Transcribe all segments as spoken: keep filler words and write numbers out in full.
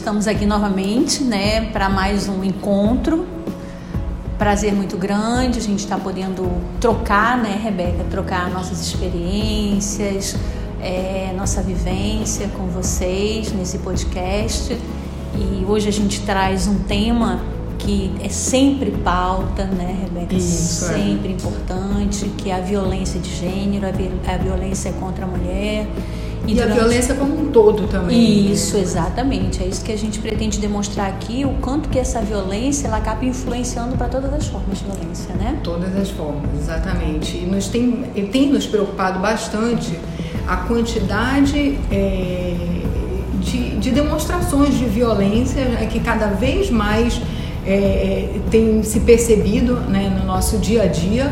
estamos aqui novamente, né, para mais um encontro. Prazer muito grande, a gente está podendo trocar, né, Rebeca, trocar nossas experiências, é, nossa vivência com vocês nesse podcast. E hoje a gente traz um tema que é sempre pauta, né, Rebeca? Isso, sempre é. importante, que é a violência de gênero, a, vi- a violência contra a mulher. E, durante... a violência como um todo também. Isso, exatamente. É isso que a gente pretende demonstrar aqui, o quanto que essa violência ela acaba influenciando para todas as formas de violência, né? Todas as formas, exatamente. E nos tem, e tem nos preocupado bastante a quantidade é, de, de demonstrações de violência, né, que cada vez mais é, tem se percebido, né, no nosso dia a dia,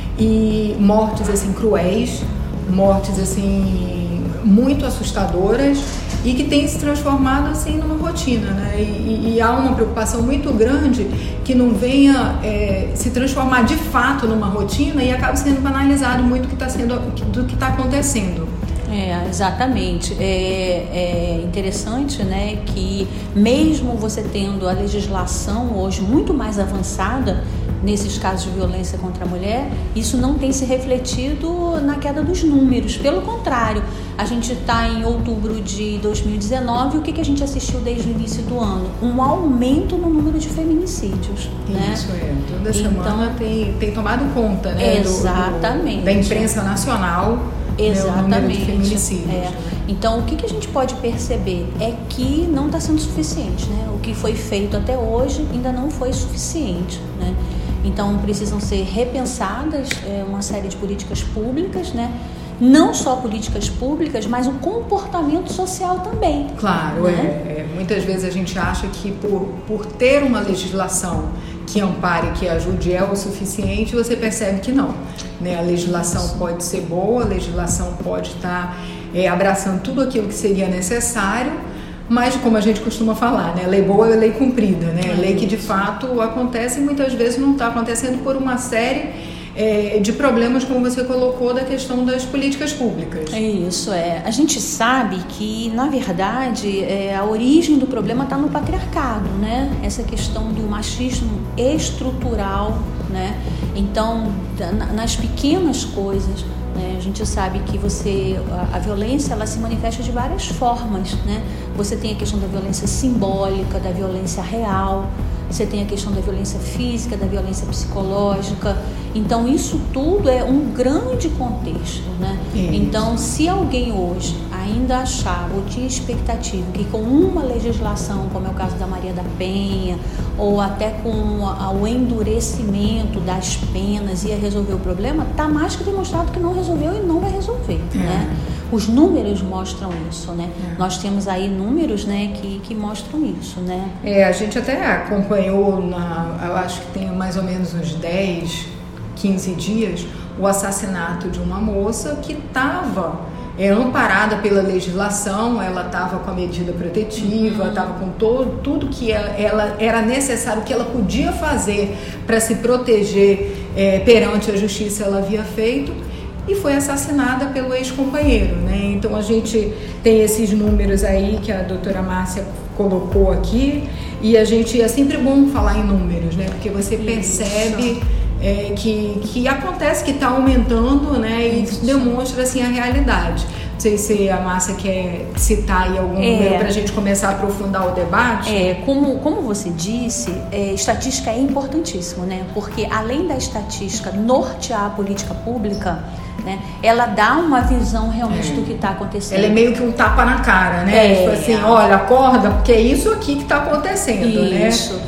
e mortes assim cruéis, mortes assim muito assustadoras e que tem se transformado assim numa rotina, né? E, e há uma preocupação muito grande que não venha é, se transformar de fato numa rotina e acabe sendo banalizado muito do que está sendo, do que está acontecendo. É, exatamente. É, é interessante, né, que mesmo você tendo a legislação hoje muito mais avançada nesses casos de violência contra a mulher, isso não tem se refletido na queda dos números. Pelo contrário, a gente está em outubro de dois mil e dezenove, o que, que a gente assistiu desde o início do ano? Um aumento no número de feminicídios. Isso, né? é. Toda Então, semana tem, tem tomado conta, né, exatamente. do, do, da imprensa nacional. Exatamente. Né, o número de feminicídios. É. Então, o que, que a gente pode perceber é que não está sendo suficiente, né? O que foi feito até hoje ainda não foi suficiente, né? Então, precisam ser repensadas é, uma série de políticas públicas, né? Não só políticas públicas, mas o comportamento social também. Claro, né? é, é. Muitas vezes a gente acha que por, por ter uma legislação que ampare, que ajude é o suficiente, você percebe que não. Né? A legislação Isso. pode ser boa, a legislação pode estar é, abraçando tudo aquilo que seria necessário, mas como a gente costuma falar, né? Lei boa é lei cumprida, né? É lei que de fato acontece e muitas vezes não está acontecendo por uma série é, de problemas, como você colocou, da questão das políticas públicas. É isso, é. A gente sabe que, na verdade, é, a origem do problema está no patriarcado, né? Essa questão do machismo estrutural, né? Então, na, nas pequenas coisas, né? A gente sabe que você, a, a violência, ela se manifesta de várias formas, né? Você tem a questão da violência simbólica, da violência real, você tem a questão da violência física, da violência psicológica. Então, isso tudo é um grande contexto, né? Isso. Então, se alguém hoje ainda achava ou tinha expectativa que com uma legislação, como é o caso da Maria da Penha, ou até com a, o endurecimento das penas ia resolver o problema, está mais que demonstrado que não resolveu e não vai resolver, é. né? Os números mostram isso, né? É. Nós temos aí números, né, que, que mostram isso, né? É, a gente até acompanhou, na, eu acho que tem mais ou menos uns dez, quinze dias, o assassinato de uma moça que estava é, amparada pela legislação, ela estava com a medida protetiva, estava uhum. com todo, tudo que ela, ela era necessário, que ela podia fazer para se proteger é, perante a justiça, ela havia feito. E foi assassinada pelo ex-companheiro, né? Então a gente tem esses números aí que a doutora Márcia colocou aqui, e a gente, é sempre bom falar em números, né? Porque você percebe é, que, que acontece, que está aumentando, né? E isso demonstra assim a realidade. Não sei se a Márcia quer citar aí algum é, número para a gente começar a aprofundar o debate. É, como, como você disse, é, estatística é importantíssimo, né? Porque além da estatística nortear a política pública, né, ela dá uma visão realmente é. do que está acontecendo. Ela é meio que um tapa na cara, né? É. Tipo assim, olha, acorda, porque é isso aqui que está acontecendo, né? Isso.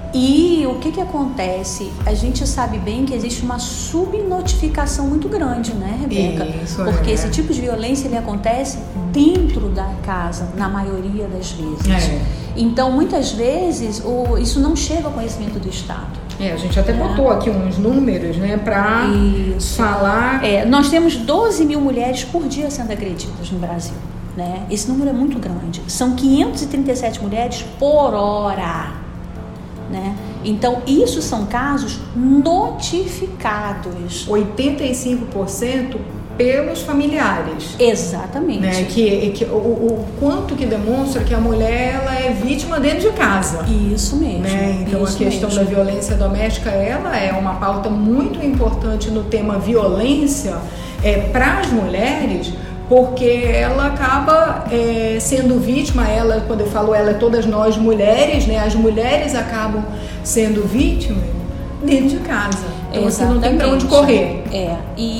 E o que que acontece? A gente sabe bem que existe uma subnotificação muito grande, né, Rebeca? Isso, Porque é. esse tipo de violência, ele acontece dentro da casa, na maioria das vezes. É. Então, muitas vezes, o, isso não chega ao conhecimento do Estado. É, a gente até é. botou aqui uns números, né, para falar... É, nós temos doze mil mulheres por dia sendo agredidas no Brasil, né? Esse número é muito grande. São quinhentas e trinta e sete mulheres por hora, né? Então, isso são casos notificados. oitenta e cinco por cento pelos familiares. Exatamente. Né? Que, que, o, o quanto que demonstra que a mulher ela é vítima dentro de casa. Isso mesmo. Né? Então isso a questão mesmo. da violência doméstica ela é uma pauta muito importante no tema violência é, para as mulheres, porque ela acaba é, sendo vítima, ela, quando eu falo ela, todas nós mulheres, né? As mulheres acabam sendo vítimas dentro de casa. Então você não tem para onde correr. É,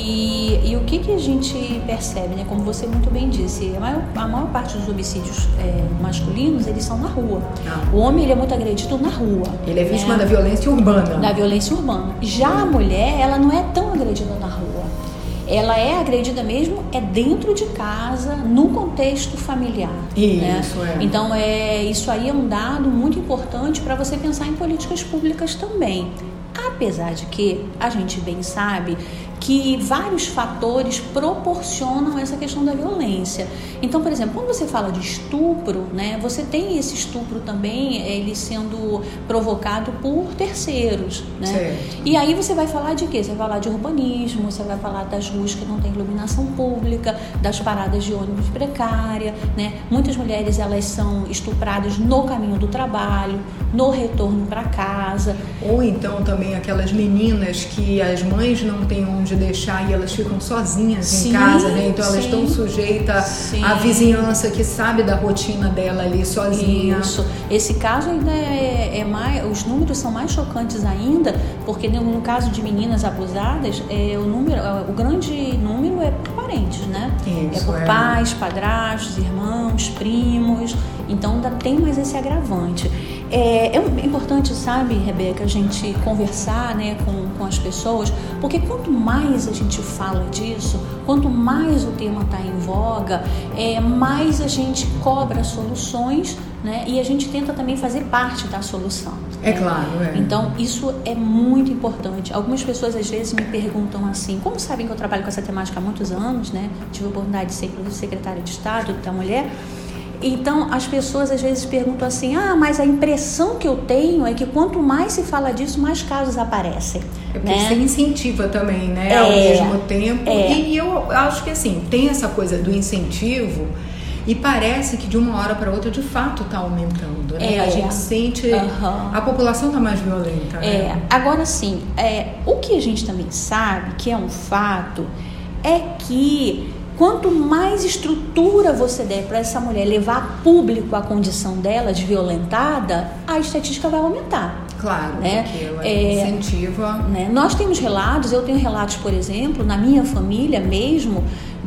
e, e o que, que a gente percebe, né? Como você muito bem disse, a maior, a maior parte dos homicídios é, masculinos, eles são na rua. Ah. O homem, ele é muito agredido na rua. Ele é vítima né? da violência urbana. Da violência urbana. Já a mulher, ela não é tão agredida na rua. Ela é agredida mesmo é dentro de casa, no contexto familiar. Isso, né? é. Então, é, isso aí é um dado muito importante para você pensar em políticas públicas também. Apesar de que a gente bem sabe que vários fatores proporcionam essa questão da violência. Então, por exemplo, quando você fala de estupro, né, você tem esse estupro também, ele sendo provocado por terceiros, né? Certo. E aí você vai falar de quê? Você vai falar de urbanismo, você vai falar das ruas que não tem iluminação pública, das paradas de ônibus precária, né? Muitas mulheres, elas são estupradas no caminho do trabalho, no retorno para casa. Ou então também aquelas meninas que as mães não têm onde deixar e elas ficam sozinhas sim, em casa, né? Então elas sim, estão sujeitas sim. à vizinhança que sabe da rotina dela ali sozinha. Isso. Esse caso ainda é, é mais, os números são mais chocantes ainda, porque no, no caso de meninas abusadas, é, o número, o grande número é por parentes, né? Isso, é por é. pais, padrastos, irmãos, primos. Então ainda tem mais esse agravante. É, é importante, sabe, Rebeca, a gente conversar, né, com, com as pessoas, porque quanto mais a gente fala disso, quanto mais o tema está em voga, é, mais a gente cobra soluções, né, e a gente tenta também fazer parte da solução. É né? claro, é. Então, isso é muito importante. Algumas pessoas, às vezes, me perguntam assim, como sabem que eu trabalho com essa temática há muitos anos, né, tive a oportunidade de ser, inclusive, secretária de Estado da Mulher. Então, as pessoas às vezes perguntam assim, ah, mas a impressão que eu tenho é que quanto mais se fala disso, mais casos aparecem. É porque né? você incentiva também, né, é, ao mesmo tempo. É. E eu acho que assim, tem essa coisa do incentivo e parece que de uma hora para outra de fato está aumentando. Né? É. A gente sente, uhum. a população está mais violenta. É. Né? Agora sim, é, o que a gente também sabe, que é um fato, é que quanto mais estrutura você der para essa mulher levar a público a condição dela de violentada, a estatística vai aumentar. Claro, né? porque ela é, incentiva. Né? Nós temos relatos, eu tenho relatos, por exemplo, na minha família mesmo,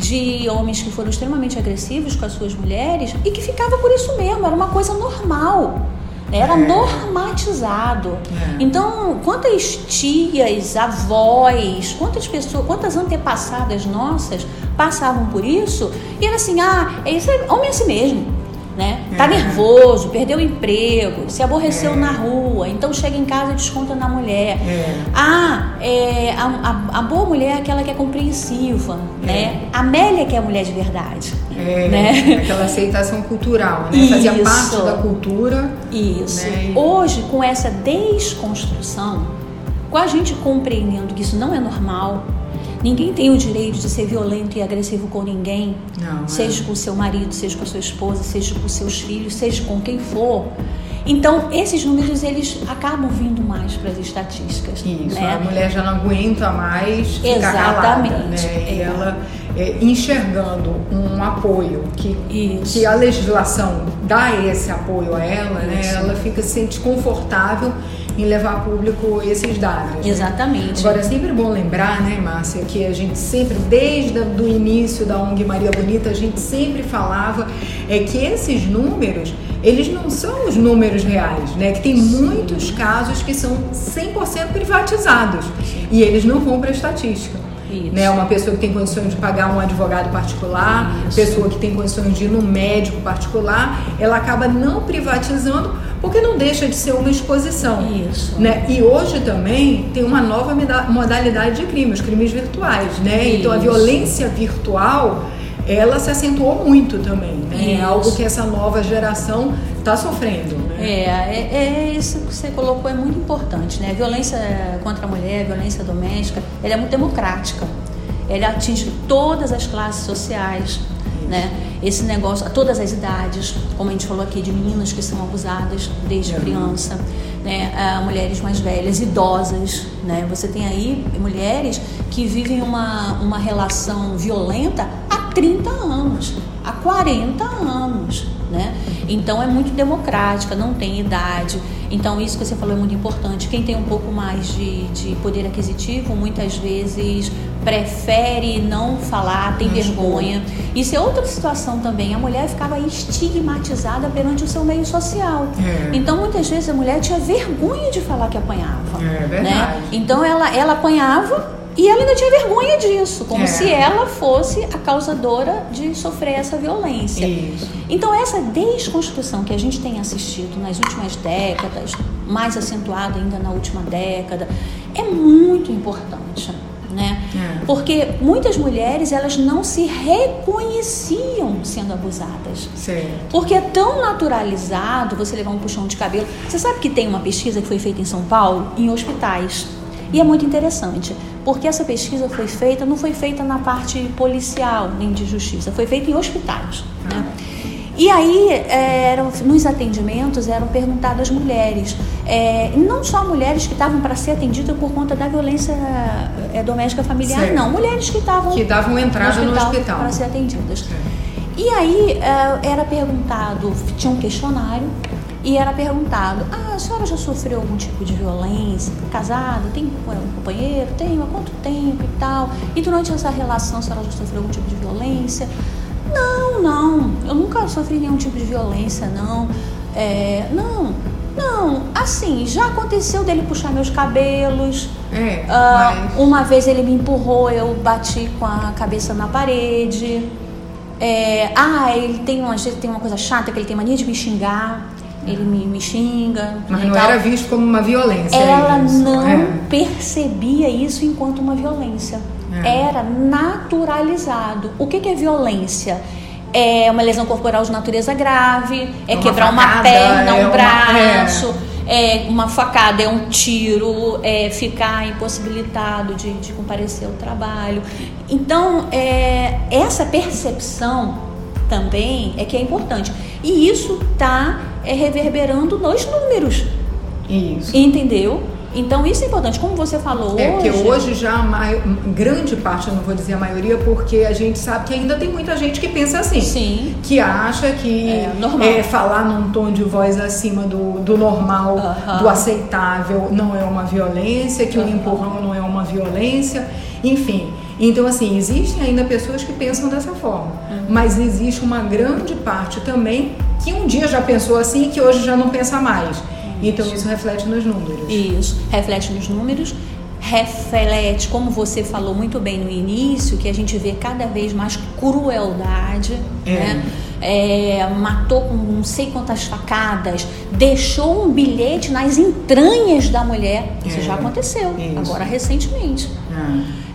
de homens que foram extremamente agressivos com as suas mulheres e que ficava por isso mesmo, era uma coisa normal. Era é. normatizado. É. Então, quantas tias, avós, quantas pessoas, quantas antepassadas nossas passavam por isso e era assim, ah, isso é homem assim mesmo, né? Tá é. nervoso, perdeu o emprego, se aborreceu é. na rua, então chega em casa e desconta na mulher. É. Ah, é, a, a, a boa mulher é aquela que é compreensiva, é. né? A Amélia que é a mulher de verdade. É, né? Aquela aceitação cultural, né? Isso. Fazia parte da cultura. Isso. Né? Hoje, com essa desconstrução, com a gente compreendendo que isso não é normal, ninguém tem o direito de ser violento e agressivo com ninguém, não, seja é. com o seu marido, seja com a sua esposa, seja com os seus filhos, seja com quem for. Então, esses números, eles acabam vindo mais para as estatísticas. Isso, né? a mulher já não aguenta mais ficar Exatamente. calada, né? E é. ela, é, enxergando um apoio, que, que a legislação dá esse apoio a ela, né? Ela fica se sente confortável em levar a público esses dados. Exatamente. Né? Agora, é sempre bom lembrar, né, Márcia, que a gente sempre, desde o início da O N G Maria Bonita, a gente sempre falava é que esses números, eles não são os números reais, né? Que tem muitos casos que são cem por cento privatizados e eles não vão para a estatística. Isso. Né? Uma pessoa que tem condições de pagar um advogado particular, Isso. pessoa que tem condições de ir no médico particular, ela acaba não privatizando porque não deixa de ser uma exposição. Isso. Né? E hoje também tem uma nova modalidade de crime, os crimes virtuais. Né? Então a violência virtual, ela se acentuou muito também. Né? É algo que essa nova geração está sofrendo. Né? É, é, é isso que você colocou, é muito importante. Né? A violência contra a mulher, a violência doméstica, ela é muito democrática. ele atinge todas as classes sociais, né? Esse negócio, a todas as idades, como a gente falou aqui, de meninas que são abusadas desde é. criança, né? A mulheres mais velhas, idosas, né? Você tem aí mulheres que vivem uma, uma relação violenta há trinta anos, há quarenta anos, né? Então é muito democrática, não tem idade. Então isso que você falou é muito importante. Quem tem um pouco mais de, de poder aquisitivo, muitas vezes prefere não falar, tem vergonha. Isso é outra situação também. A mulher ficava estigmatizada perante o seu meio social. É. Então muitas vezes a mulher tinha vergonha de falar que apanhava. É verdade. Né? Então ela, ela apanhava e ela ainda tinha vergonha disso, como é. se ela fosse a causadora de sofrer essa violência. Isso. Então essa desconstrução que a gente tem assistido nas últimas décadas, mais acentuada ainda na última década, é muito importante, né? É. Porque muitas mulheres, elas não se reconheciam sendo abusadas. Sim. Porque é tão naturalizado você levar um puxão de cabelo. Você sabe que tem uma pesquisa que foi feita em São Paulo, em hospitais. E é muito interessante, porque essa pesquisa foi feita, não foi feita na parte policial, nem de justiça, foi feita em hospitais, né? E aí, é, eram, nos atendimentos, eram perguntadas mulheres, é, não só mulheres que estavam para ser atendidas por conta da violência é, doméstica familiar, certo. Não, mulheres que estavam que davam entrada no hospital, hospital. para ser atendidas. Certo. E aí, é, era perguntado, tinha um questionário, e era perguntado, ah, a senhora já sofreu algum tipo de violência? Casada? Tem um companheiro? Tem? Há quanto tempo e tal? E durante essa relação a senhora já sofreu algum tipo de violência? Não, não, eu nunca sofri nenhum tipo de violência, não. É, não, não, assim, já aconteceu dele puxar meus cabelos. É, uh, mas... Uma vez ele me empurrou, eu bati com a cabeça na parede. É, ah, ele tem uma, tem uma coisa chata, que ele tem mania de me xingar. Ele me, me xinga. Mas não era visto como uma violência. Ela isso. não é. percebia isso enquanto uma violência. É. Era naturalizado. O que, que é violência? É uma lesão corporal de natureza grave, é uma quebrar facada, uma perna, um é braço, uma, é. é uma facada, é um tiro, é ficar impossibilitado de, de comparecer ao trabalho. Então, é, essa percepção também é que é importante. E isso está é, reverberando nos números. Isso. Entendeu? Então isso é importante. Como você falou é, hoje... É, porque hoje já a mai... grande parte, eu não vou dizer a maioria, porque a gente sabe que ainda tem muita gente que pensa assim. Sim. Que acha que é, é, falar num tom de voz acima do, do normal, uh-huh. do aceitável, não é uma violência, que o uh-huh. um empurrão não é uma violência, enfim... Então, assim, existem ainda pessoas que pensam dessa forma, uhum. mas existe uma grande parte também que um dia já pensou assim e que hoje já não pensa mais. Isso. Então, isso reflete nos números. Isso, reflete nos números, reflete, como você falou muito bem no início, que a gente vê cada vez mais crueldade, é. né? É, matou com não sei quantas facadas, deixou um bilhete nas entranhas da mulher. Isso é. já aconteceu, isso. agora recentemente. É.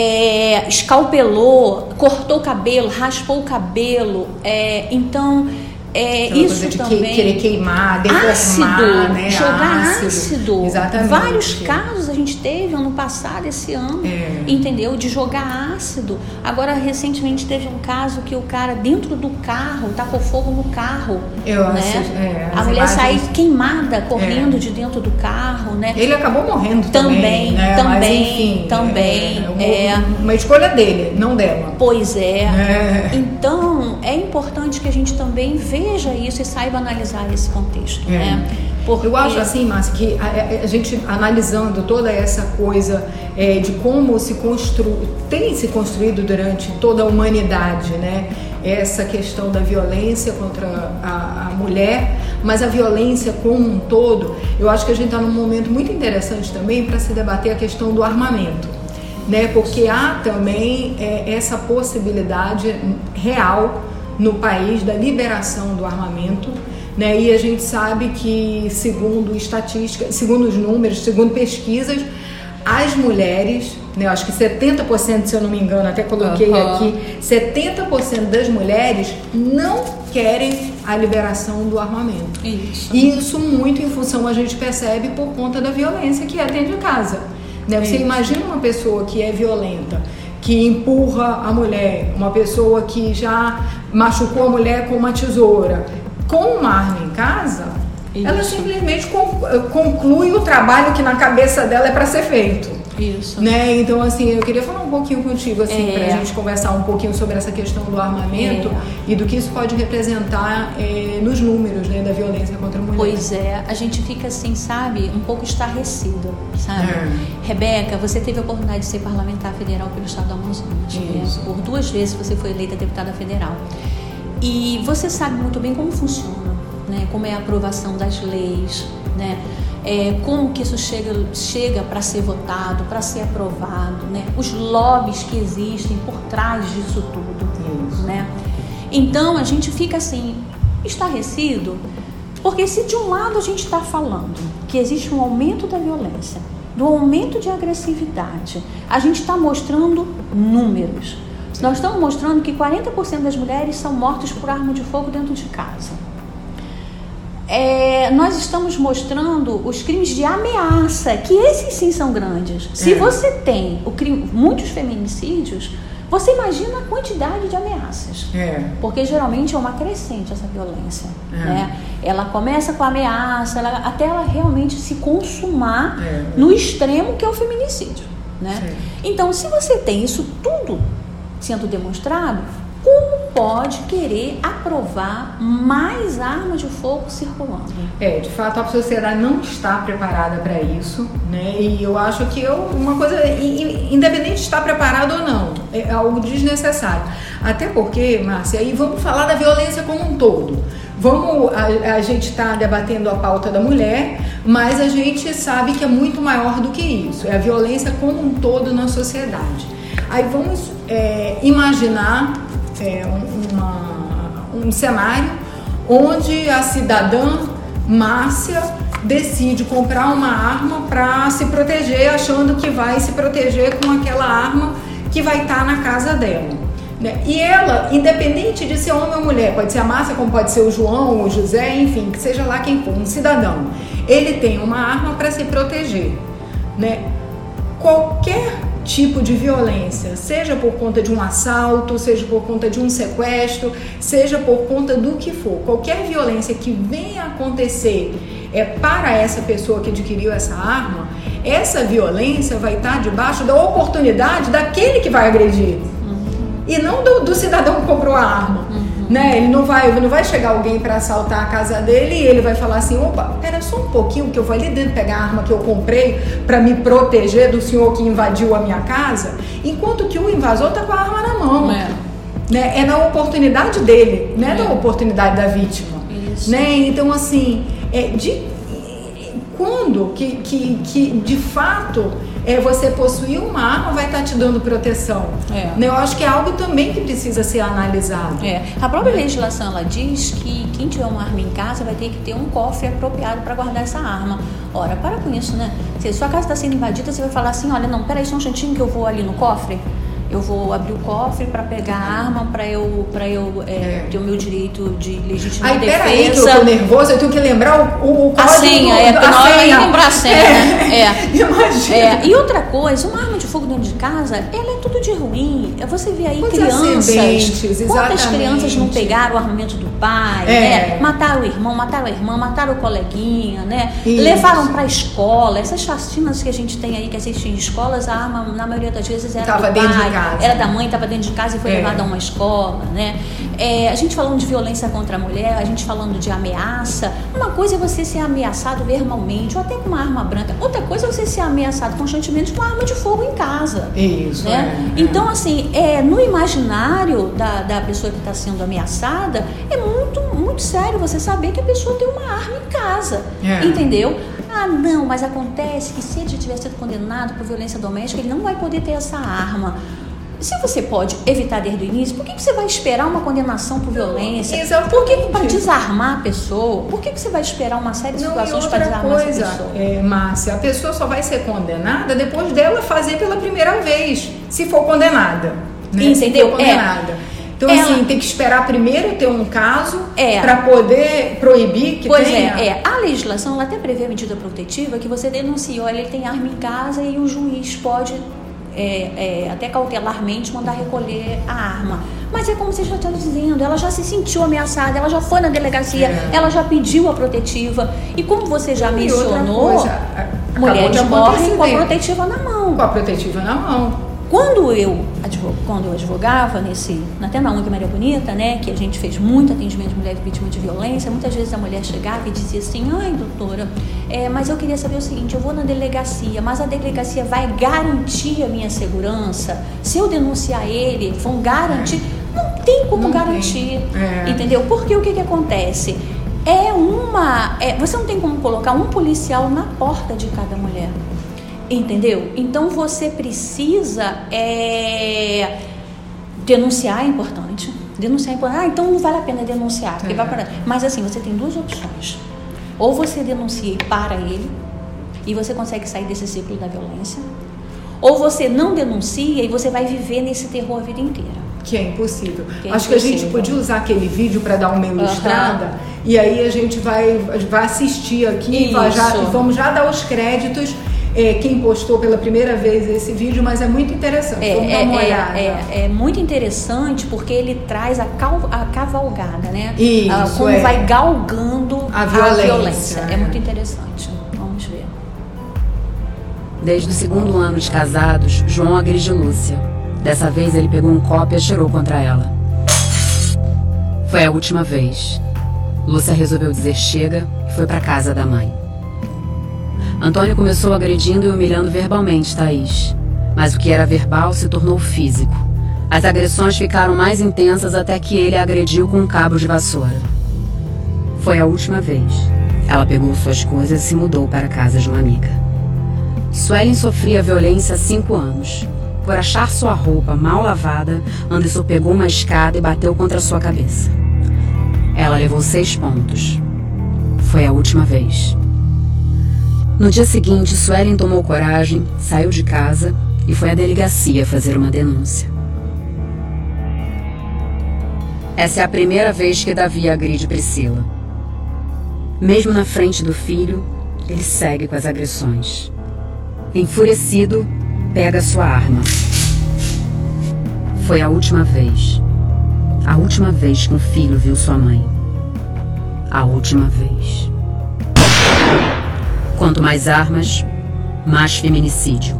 É, escalpelou, cortou o cabelo, raspou o cabelo, é, então é, isso de também que, querer queimar, deformar, ácido, né? jogar ácido, ácido. Exatamente. Vários casos a gente teve ano passado, esse ano, é. entendeu? De jogar ácido. Agora recentemente teve um caso que o cara dentro do carro tacou fogo no carro. Eu né? acho, é, a mulher imagens... saiu queimada correndo é. de dentro do carro, né? Ele acabou morrendo também, também, né? também, Mas, enfim, também. É, uma, é. uma escolha dele, não dela. Pois é. é. Então é importante que a gente também veja isso e saiba analisar esse contexto, é. né? Porque... Eu acho assim, Márcia, que a, a gente analisando toda essa coisa é, de como se constru... tem se construído durante toda a humanidade, né? Essa questão da violência contra a, a mulher, mas a violência como um todo, eu acho que a gente está num momento muito interessante também para se debater a questão do armamento, né? Porque há também é, essa possibilidade real no país da liberação do armamento, né? E a gente sabe que, segundo estatísticas, segundo os números, segundo pesquisas, as mulheres, né, eu acho que setenta por cento, se eu não me engano, até coloquei uhum. aqui, setenta por cento das mulheres não querem a liberação do armamento. Isso. E isso muito em função, a gente percebe, por conta da violência que é dentro de casa. Né? Você imagina uma pessoa que é violenta, que empurra a mulher, uma pessoa que já machucou a mulher com uma tesoura, com uma arma em casa, isso. ela simplesmente conclui o trabalho que na cabeça dela é para ser feito. Isso. Né? Então, assim, eu queria falar um pouquinho contigo, assim, é. pra gente conversar um pouquinho sobre essa questão do armamento é. e do que isso pode representar é, nos números, né, da violência contra a mulher. Pois é, a gente fica assim, sabe, um pouco estarrecida, sabe? É. Rebeca, você teve a oportunidade de ser parlamentar federal pelo estado do Amazonas. Né? Por duas vezes você foi eleita deputada federal. E você sabe muito bem como funciona, né? Como é a aprovação das leis, né? É, como que isso chega, chega para ser votado, para ser aprovado, né? Os lobbies que existem por trás disso tudo, isso. Né? Então a gente fica assim, estarrecido, porque se de um lado a gente está falando que existe um aumento da violência, do aumento de agressividade, a gente está mostrando números. Nós estamos mostrando que quarenta por cento das mulheres são mortas por arma de fogo dentro de casa. É, nós estamos mostrando os crimes de ameaça, que esses sim são grandes. Se é. você tem o crime, muitos feminicídios, você imagina a quantidade de ameaças. É. Porque geralmente é uma crescente essa violência. É. Né? Ela começa com a ameaça, ela, até ela realmente se consumar é. no extremo que é o feminicídio. Né? Então, se você tem isso tudo sendo demonstrado, como pode querer aprovar mais armas de fogo circulando? É, de fato, a sociedade não está preparada para isso, né? E eu acho que eu, uma coisa, independente de estar preparado ou não, é algo desnecessário. Até porque, Márcia, aí vamos falar da violência como um todo. Vamos, a, a gente está debatendo a pauta da mulher, mas a gente sabe que é muito maior do que isso. É a violência como um todo na sociedade. Aí vamos é, imaginar É, uma, um cenário onde a cidadã Márcia decide comprar uma arma para se proteger, achando que vai se proteger com aquela arma que vai estar na casa dela, né? E ela, independente de ser homem ou mulher, pode ser a Márcia, como pode ser o João, o José, enfim, que seja lá quem for, um cidadão, ele tem uma arma para se proteger, né? Qualquer tipo de violência, seja por conta de um assalto, seja por conta de um sequestro, seja por conta do que for, qualquer violência que venha a acontecer é, para essa pessoa que adquiriu essa arma, essa violência vai estar debaixo da oportunidade daquele que vai agredir, uhum. e não do, do cidadão que comprou a arma. Uhum. Né? Ele não vai, não vai chegar alguém para assaltar a casa dele e ele vai falar assim, opa, pera só um pouquinho que eu vou ali dentro pegar a arma que eu comprei para me proteger do senhor que invadiu a minha casa, enquanto que o invasor tá com a arma na mão. É, né? É na oportunidade dele, não é, é. na oportunidade da vítima. Isso. Né? Então, assim, é de quando que, que, que de fato é, você possuir uma arma vai estar te dando proteção. É. Né? Eu acho que é algo também que precisa ser analisado. É. A própria é. legislação, ela diz que quem tiver uma arma em casa vai ter que ter um cofre apropriado para guardar essa arma. Ora, para com isso, né? Se a sua casa está sendo invadida, você vai falar assim, olha, não, peraí só um instantinho que eu vou ali no cofre. Eu vou abrir o cofre para pegar a arma para eu, pra eu é, é. ter o meu direito de legítima Aí, defesa. Aí, peraí que eu tô nervoso, eu tenho que lembrar o, o código. A senha, do, é, porque na hora eu ia lembrar a senha, é. né? É. Imagina. É. E outra coisa, uma arma de fogo dentro de casa, ela é tudo de ruim. Você vê aí Quantas crianças, exatamente. quantas crianças não pegaram o armamento do pai, é. né? Mataram o irmão, mataram a irmã, mataram o coleguinha, né? Isso. Levaram para a escola. Essas faxinas que a gente tem aí, que assistem em escolas, a arma, na maioria das vezes, era Tava do dentro pai, de casa. era da mãe, estava dentro de casa e foi é. levada a uma escola, né? É, a gente falando de violência contra a mulher, a gente falando de ameaça. Uma coisa é você ser ameaçado verbalmente ou até com uma arma branca. Outra coisa é você ser ameaçado constantemente com uma arma de fogo em casa. Isso, né? é, Então, assim, é, no imaginário da, da pessoa que está sendo ameaçada, é muito, muito sério você saber que a pessoa tem uma arma em casa, é. entendeu? Ah, não, mas acontece que se ele já tiver sido condenado por violência doméstica, ele não vai poder ter essa arma. Se você pode evitar desde o início, por que você vai esperar uma condenação por violência? Exatamente. Por que para desarmar a pessoa? Por que você vai esperar uma série de situações para desarmar coisa, essa pessoa? É, Márcia, a pessoa só vai ser condenada depois dela fazer pela primeira vez, se for condenada. Né? Entendeu? Se for condenada. É. Então, ela, assim, tem que esperar primeiro ter um caso é, para poder proibir que pois tenha... Pois é, é, a legislação ela até prevê a medida protetiva que você denuncia, olha, ele tem arma em casa e o juiz pode é, é, até cautelarmente mandar recolher a arma. Mas é como você já está dizendo, ela já se sentiu ameaçada, ela já foi na delegacia, é. ela já pediu a protetiva. E como você já e mencionou, coisa, mulheres morrem com a protetiva na mão. Com a protetiva na mão. Quando eu, quando eu advogava, nesse, até na O N G Maria Bonita, né, que a gente fez muito atendimento de mulheres vítimas de violência, muitas vezes a mulher chegava e dizia assim, ai doutora, é, mas eu queria saber o seguinte, eu vou na delegacia, mas a delegacia vai garantir a minha segurança? Se eu denunciar ele, vão garantir? Não tem como não garantir, tem. É. Entendeu? Porque o que que acontece? É uma, é, você não tem como colocar um policial na porta de cada mulher. Entendeu? Então você precisa é, denunciar é importante. Denunciar é importante. Ah, então não vale a pena denunciar. Porque é. vai para... Mas assim, você tem duas opções. Ou você denuncia e para ele, e você consegue sair desse ciclo da violência. Ou você não denuncia e você vai viver nesse terror a vida inteira. Que é impossível. Que é Acho impossível. que a gente podia usar aquele vídeo para dar uma ilustrada, uhum. e aí a gente vai, vai assistir aqui vai já, e vamos já dar os créditos. É, quem postou pela primeira vez esse vídeo, mas é muito interessante. É, Vamos dar uma é, olhada. É, é, é muito interessante porque ele traz a, cal, a cavalgada, né? Isso, ah, como é. vai galgando a violência. A violência. É. é muito interessante. Vamos ver. Desde o segundo ano de casados, João agride Lúcia. Dessa vez ele pegou um copo e atirou contra ela. Foi a última vez. Lúcia resolveu dizer chega e foi para casa da mãe. Antônio começou agredindo e humilhando verbalmente Thaís, mas o que era verbal se tornou físico. As agressões ficaram mais intensas até que ele a agrediu com um cabo de vassoura. Foi a última vez. Ela pegou suas coisas e se mudou para a casa de uma amiga. Suelen sofria violência há cinco anos. Por achar sua roupa mal lavada, Anderson pegou uma escada e bateu contra sua cabeça. Ela levou seis pontos. Foi a última vez. No dia seguinte, Suelen tomou coragem, saiu de casa e foi à delegacia fazer uma denúncia. Essa é a primeira vez que Davi agride Priscila. Mesmo na frente do filho, ele segue com as agressões. Enfurecido, pega sua arma. Foi a última vez. A última vez que um filho viu sua mãe. A última vez. Quanto mais armas, mais feminicídio.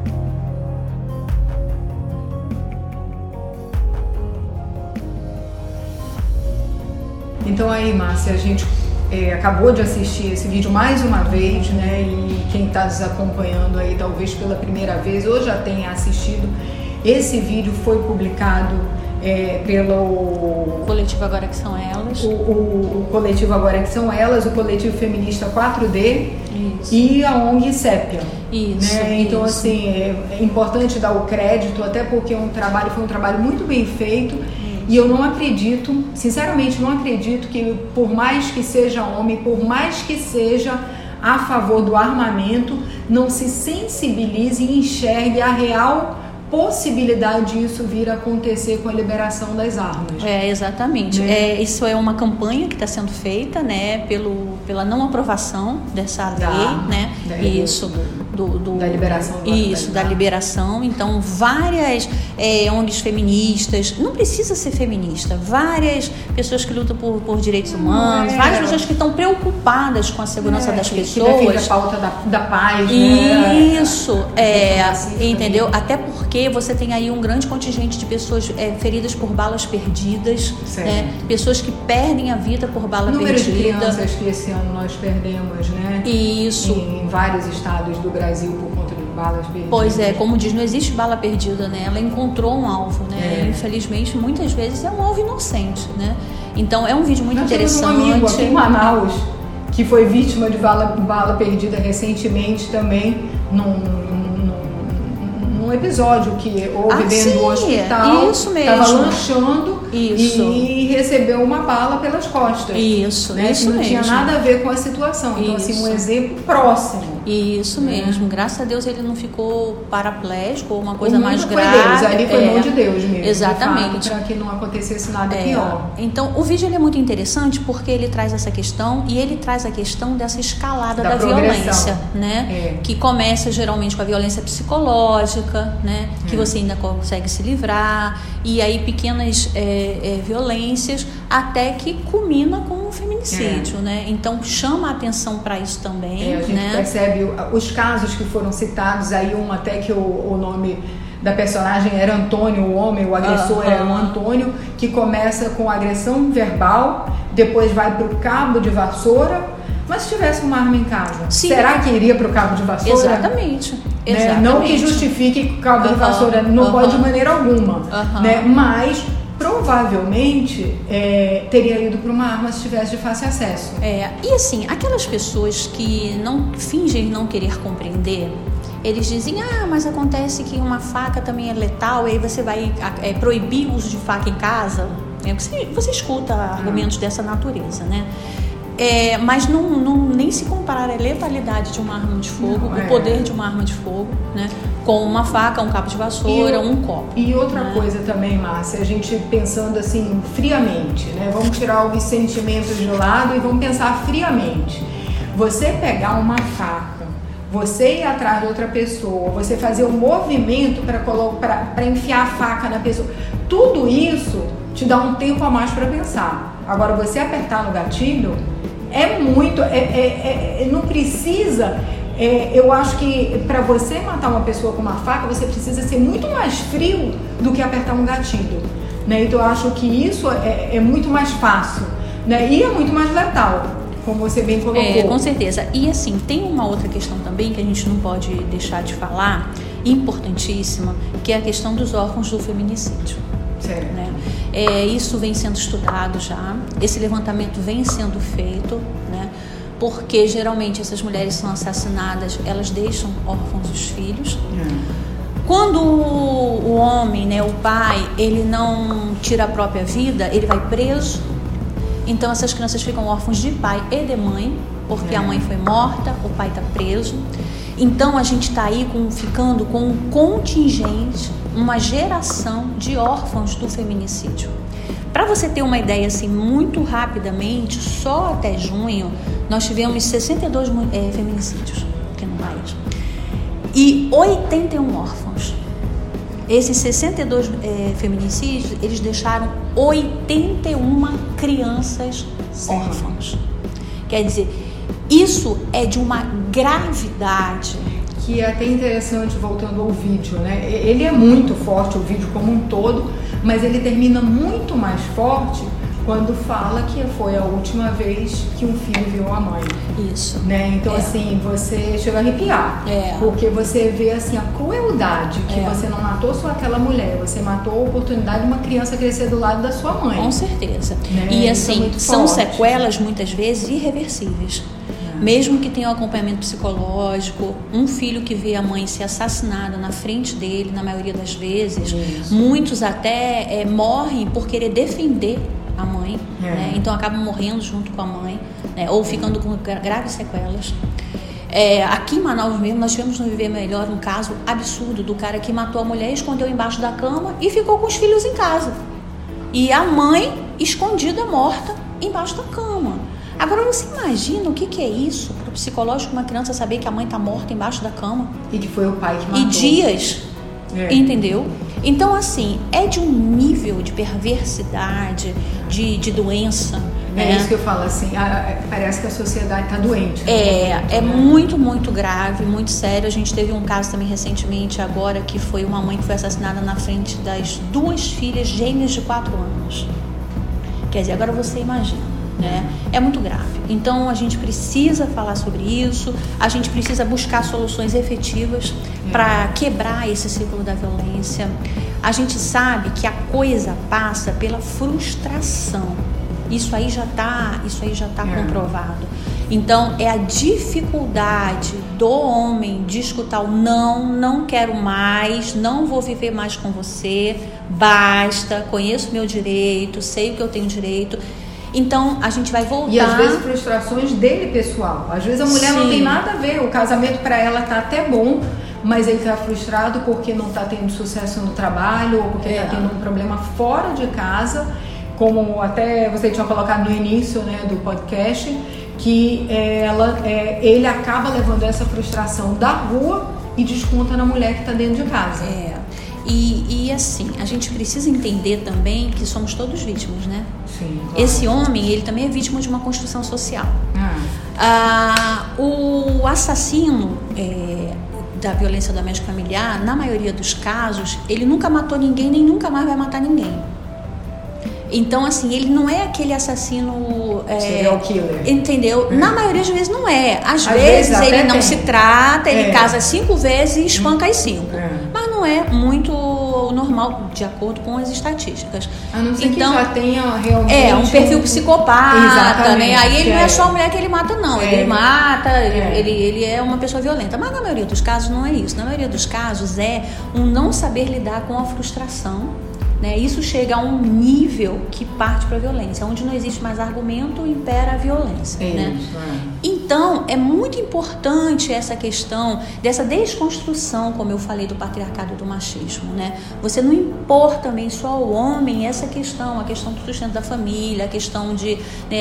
Então aí, Márcia, a gente é, acabou de assistir esse vídeo mais uma vez, né? E quem está nos acompanhando aí, talvez pela primeira vez, ou já tenha assistido, esse vídeo foi publicado É, pelo coletivo Agora Que São Elas, o, o, o coletivo Agora Que São Elas, o coletivo feminista quatro D isso. e a O N G Sépia. Isso, né? Então isso. assim é, é importante dar o crédito, até porque é um trabalho, foi um trabalho muito bem feito. Isso. E eu não acredito, sinceramente não acredito que por mais que seja homem, por mais que seja a favor do armamento, não se sensibilize e enxergue a real possibilidade disso vir a acontecer com a liberação das armas. É, exatamente. Né? É, isso é uma campanha que está sendo feita, né, pelo, pela não aprovação dessa lei, da, né? Da, isso, do, do, da liberação. Do isso, da liberação. Então, várias é, O N Gs feministas, não precisa ser feminista, várias pessoas que lutam por, por direitos humanos, é. várias pessoas que estão preocupadas com a segurança é, das que, pessoas. Que defende a pauta da, da paz, isso, né? é, assim, entendeu? Também. Até porque você tem aí um grande contingente de pessoas é, feridas por balas perdidas, né? Pessoas que perdem a vida por bala Número perdida. Número de crianças que esse ano nós perdemos, né? Isso. Em, em vários estados do Brasil por conta de balas perdidas. Pois é, como diz, não existe bala perdida, né? Ela encontrou um alvo, né? É. Infelizmente, muitas vezes é um alvo inocente, né? Então, é um vídeo muito nós interessante. Temos um amigo aqui em Manaus que foi vítima de bala, bala perdida recentemente também, num um episódio que houve ah, dentro sim, do hospital, isso mesmo. estava lanchando isso. e recebeu uma bala pelas costas. Isso, né? isso que não mesmo. tinha nada a ver com a situação. Então, isso. assim, um exemplo próximo. É. Isso mesmo, graças a Deus ele não ficou paraplégico ou uma coisa o mais foi grave. Deus, ali foi é, mão de Deus mesmo. Exatamente. Para que não acontecesse nada é, pior. Então o vídeo ele é muito interessante porque ele traz essa questão e ele traz a questão dessa escalada da, da violência, né? É. Que começa geralmente com a violência psicológica, né? Que é. Você ainda consegue se livrar, e aí pequenas é, é, violências até que culmina com o feminicídio, é. Né? Então chama a atenção para isso também. É, a gente né? percebe os casos que foram citados, aí um até que o, o nome da personagem era Antônio, o homem, o agressor uhum. era o Antônio, que começa com agressão verbal, depois vai para o cabo de vassoura. Mas se tivesse uma arma em casa, Sim. será que iria para o cabo de vassoura? Exatamente. Né? Exatamente. Não que justifique que o cabo uhum. de vassoura não uhum. pode de maneira alguma, uhum. né? Mas provavelmente é, teria ido para uma arma se tivesse de fácil acesso. É, e assim, aquelas pessoas que não fingem não querer compreender, eles dizem, ah, mas acontece que uma faca também é letal, e aí você vai é, proibir o uso de faca em casa. É, você, você escuta argumentos hum. dessa natureza, né? É, mas não, não, nem se comparar a letalidade de uma arma de fogo, não, o é. poder de uma arma de fogo, né, com uma faca, um cabo de vassoura, e, um copo. E outra né? coisa também, Márcia, a gente pensando assim friamente, né? Vamos tirar os sentimentos de lado e vamos pensar friamente. Você pegar uma faca, você ir atrás de outra pessoa, você fazer um movimento para enfiar a faca na pessoa, tudo isso te dá um tempo a mais para pensar. Agora, você apertar no gatilho é muito, é, é, é, não precisa, é, eu acho que para você matar uma pessoa com uma faca, você precisa ser muito mais frio do que apertar um gatilho, né? Então eu acho que isso é, é muito mais fácil, né? E é muito mais letal, como você bem colocou. É, com certeza. E assim, tem uma outra questão também que a gente não pode deixar de falar, importantíssima, que é a questão dos órfãos do feminicídio. Certo. Né? É, isso vem sendo estudado já, esse levantamento vem sendo feito, né? Porque geralmente essas mulheres são assassinadas, elas deixam órfãos os filhos. Hum. Quando o, o homem, né, o pai, ele não tira a própria vida, ele vai preso. Então essas crianças ficam órfãos de pai e de mãe, porque hum. a mãe foi morta, o pai está preso. Então a gente está aí com, ficando com um contingente, uma geração de órfãos do feminicídio. Para você ter uma ideia assim, muito rapidamente, só até junho nós tivemos sessenta e dois é, feminicídios aqui no país e oitenta e um órfãos. Esses sessenta e dois é, feminicídios, eles deixaram oitenta e uma crianças Sim. órfãs. Quer dizer, isso é de uma gravidade. Que é até interessante, voltando ao vídeo, né? Ele é muito forte, o vídeo como um todo, mas ele termina muito mais forte quando fala que foi a última vez que um filho viu a mãe. Isso. Né? Então, é. assim, você chega a arrepiar. É. Porque você vê, assim, a crueldade que é. você não matou só aquela mulher, você matou a oportunidade de uma criança crescer do lado da sua mãe. Com certeza. Né? E, assim, é são forte. sequelas, muitas vezes, irreversíveis. Mesmo que tenha um acompanhamento psicológico, um filho que vê a mãe ser assassinada na frente dele, na maioria das vezes, Isso. muitos até é, morrem por querer defender a mãe, é. né? Então acabam morrendo junto com a mãe, né? Ou ficando com graves sequelas. É, aqui em Manaus mesmo, nós tivemos no Viver Melhor um caso absurdo do cara que matou a mulher, escondeu embaixo da cama e ficou com os filhos em casa. E a mãe escondida, morta, embaixo da cama. Agora você imagina o que, que é isso para o psicológico de uma criança saber que a mãe está morta embaixo da cama. E que foi o pai que matou. E dias, é. entendeu? Então assim, é de um nível de perversidade, de, de doença. É né? isso que eu falo, assim, a, a, parece que a sociedade está doente. É, momento, é né? muito, muito grave, muito sério. A gente teve um caso também recentemente agora, que foi uma mãe que foi assassinada na frente das duas filhas gêmeas de quatro anos. Quer dizer, agora você imagina. Né? É muito grave. Então a gente precisa falar sobre isso, a gente precisa buscar soluções efetivas para quebrar esse ciclo da violência. A gente sabe que a coisa passa pela frustração. Isso aí já está, isso aí já está é. comprovado. Então é a dificuldade do homem de escutar o não, não quero mais, não vou viver mais com você, basta, conheço meu direito, sei o que eu tenho direito. Então a gente vai voltar. E às vezes frustrações dele pessoal. Às vezes a mulher Sim. não tem nada a ver, o casamento para ela tá até bom, mas ele tá frustrado porque não tá tendo sucesso no trabalho, ou porque é. tá tendo um problema fora de casa, como até você tinha colocado no início, né, do podcast, que ela, é, ele acaba levando essa frustração da rua e desconta na mulher que está dentro de casa. É. E, e assim, a gente precisa entender também que somos todos vítimas, né? Sim, claro. Esse homem, ele também é vítima de uma construção social. Ah. Ah, o assassino é, da violência doméstica familiar, na maioria dos casos, ele nunca matou ninguém, nem nunca mais vai matar ninguém. Então, assim, ele não é aquele assassino... É, serial killer. Entendeu? Hum. Na maioria das vezes não é. Às, Às vezes, vezes ele não tem. se trata, ele é. casa cinco vezes e espanca hum. as cinco. É. Mas não é muito normal, de acordo com as estatísticas. A não ser então, que já tenha realmente... É, um perfil psicopata, Exatamente, né? Aí ele é. não é só a mulher que ele mata, não. É. Ele mata, é. Ele, ele é uma pessoa violenta. Mas na maioria dos casos não é isso. Na maioria dos casos é um não saber lidar com a frustração. Né? Isso chega a um nível que parte para a violência, onde não existe mais argumento, impera a violência. É né? isso, é. Então, é muito importante essa questão dessa desconstrução, como eu falei, do patriarcado e do machismo. Né? Você não impor também só ao homem essa questão, a questão do sustento da família, a questão de, né,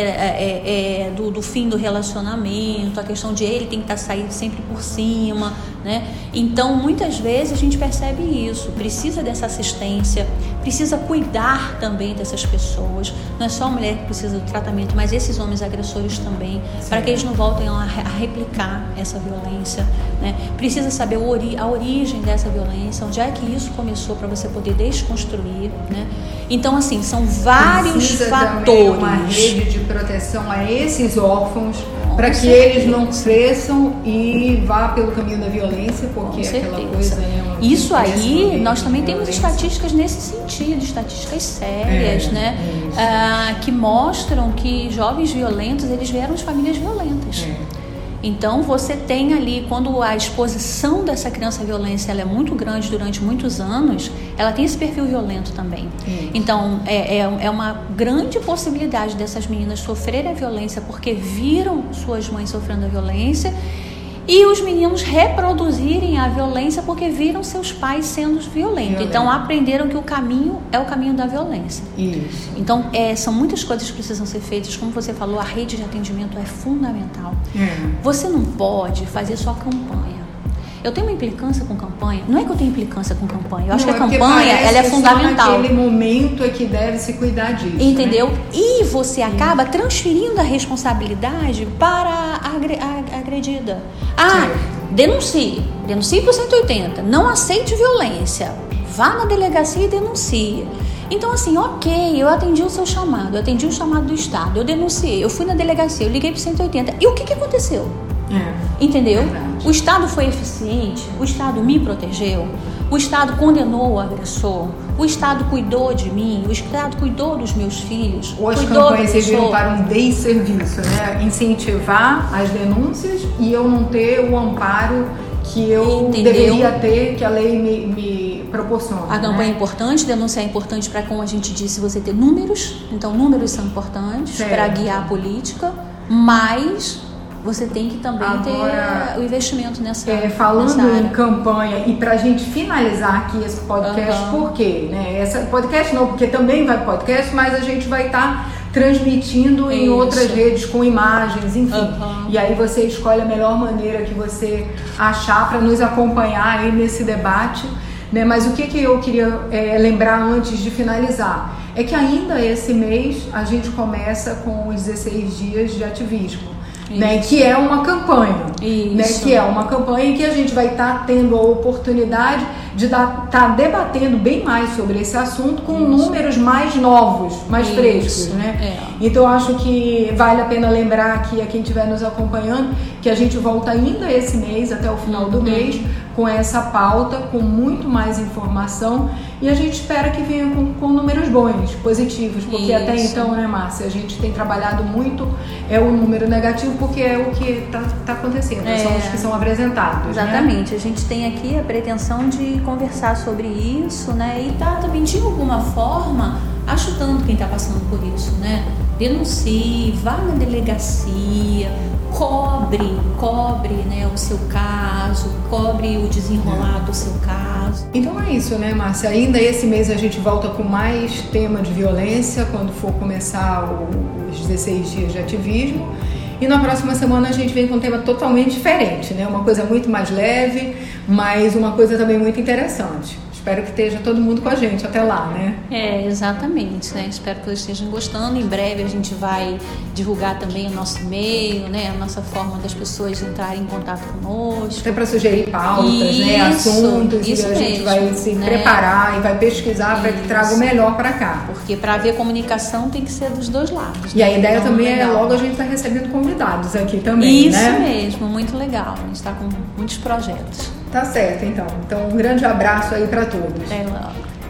é, é, do, do fim do relacionamento, a questão de ele tem que estar saindo sempre por cima. Né? Então, muitas vezes a gente percebe isso, precisa dessa assistência, precisa cuidar também dessas pessoas. Não é só a mulher que precisa do tratamento, mas esses homens agressores também, para que eles não voltem a, a replicar essa violência. Né? Precisa saber ori- a origem dessa violência, onde é que isso começou, para você poder desconstruir. Né? Então, assim, são vários precisa fatores. Também uma rede de proteção a esses órfãos, para que eles não cresçam e vá pelo caminho da violência, porque aquela coisa é uma... Isso aí, nós também temos estatísticas nesse sentido, estatísticas sérias, é, né? Ah, que mostram que jovens violentos, eles vieram de famílias violentas. É. Então, você tem ali, quando a exposição dessa criança à violência ela é muito grande durante muitos anos, ela tem esse perfil violento também. Isso. Então, é, é, é uma grande possibilidade dessas meninas sofrerem a violência porque viram suas mães sofrendo a violência, e os meninos reproduzirem a violência porque viram seus pais sendo violentos. Violento. Então, aprenderam que o caminho é o caminho da violência. Isso. Então, é, são muitas coisas que precisam ser feitas. Como você falou, a rede de atendimento é fundamental. É. Você não pode fazer só campanha. Eu tenho uma implicância com campanha. Não é que eu tenho implicância com campanha. Eu acho não, que a é campanha ela é fundamental. Naquele momento é que deve se cuidar disso. Entendeu? Né? E você acaba transferindo a responsabilidade para a agredida. Ah, Sim. denuncie. Denuncie por cento e oitenta. Não aceite violência. Vá na delegacia e denuncie. Então, assim, ok, eu atendi o seu chamado, eu atendi o chamado do Estado, eu denunciei, eu fui na delegacia, eu liguei para cento e oitenta. E o que, que aconteceu? É. Entendeu? Verdade. O Estado foi eficiente, o Estado me protegeu, o Estado condenou o agressor, o Estado cuidou de mim, o Estado cuidou dos meus filhos. Ou as cuidou campanhas serviram para um desserviço, né? Incentivar as denúncias e eu não ter o amparo que eu Entendeu? deveria ter, que a lei me, me proporciona. A campanha né? é importante, denunciar é importante para, como a gente disse, você ter números. Então, números são importantes para guiar a política, mas você tem que também Agora, ter o investimento nessa, é, falando nessa área. Em campanha, e para a gente finalizar aqui esse podcast, uhum. por quê? Né? Essa, podcast não, porque também vai podcast, mas a gente vai estar tá transmitindo em Isso. outras redes com imagens, enfim. Uhum. E aí você escolhe a melhor maneira que você achar para nos acompanhar aí nesse debate. Né? Mas o que, que eu queria é, lembrar antes de finalizar é que ainda esse mês a gente começa com os dezesseis dias de ativismo. Né, que é uma campanha, né, que é uma campanha em que a gente vai estar tá tendo a oportunidade de estar tá debatendo bem mais sobre esse assunto com Isso. números mais novos, mais Isso. frescos, né? É. Então eu acho que vale a pena lembrar aqui a quem estiver nos acompanhando que a gente volta ainda esse mês, até o final do uhum. mês, com essa pauta, com muito mais informação, e a gente espera que venha com, com números bons, positivos, porque Isso. até então, né, Márcia, a gente tem trabalhado muito é o número negativo, porque é o que está tá acontecendo, é. são os que são apresentados. Exatamente, né? A gente tem aqui a pretensão de conversar sobre isso, né, e tá também de alguma forma ajudando quem está passando por isso, né? denuncie, vá na delegacia, cobre, cobre, né, o seu caso, cobre o desenrolar do seu caso. Então é isso, né, Márcia? Ainda esse mês a gente volta com mais tema de violência, quando for começar o, os dezesseis dias de ativismo. E na próxima semana a gente vem com um tema totalmente diferente, né? Uma coisa muito mais leve, mas uma coisa também muito interessante. Espero que esteja todo mundo com a gente até lá, né? É, exatamente, né? Espero que vocês estejam gostando. Em breve a gente vai divulgar também o nosso e-mail, né? A nossa forma das pessoas entrarem em contato conosco. Até para sugerir pautas, isso, né? Assuntos, isso e a gente mesmo, vai se né? preparar e vai pesquisar para que traga o melhor para cá. Porque para haver comunicação tem que ser dos dois lados. E né? a ideia então, também legal. é logo a gente estar tá recebendo convidados aqui também, isso né? mesmo, muito legal. A gente está com muitos projetos. Tá certo, então. Então, um grande abraço aí para todos. Até logo.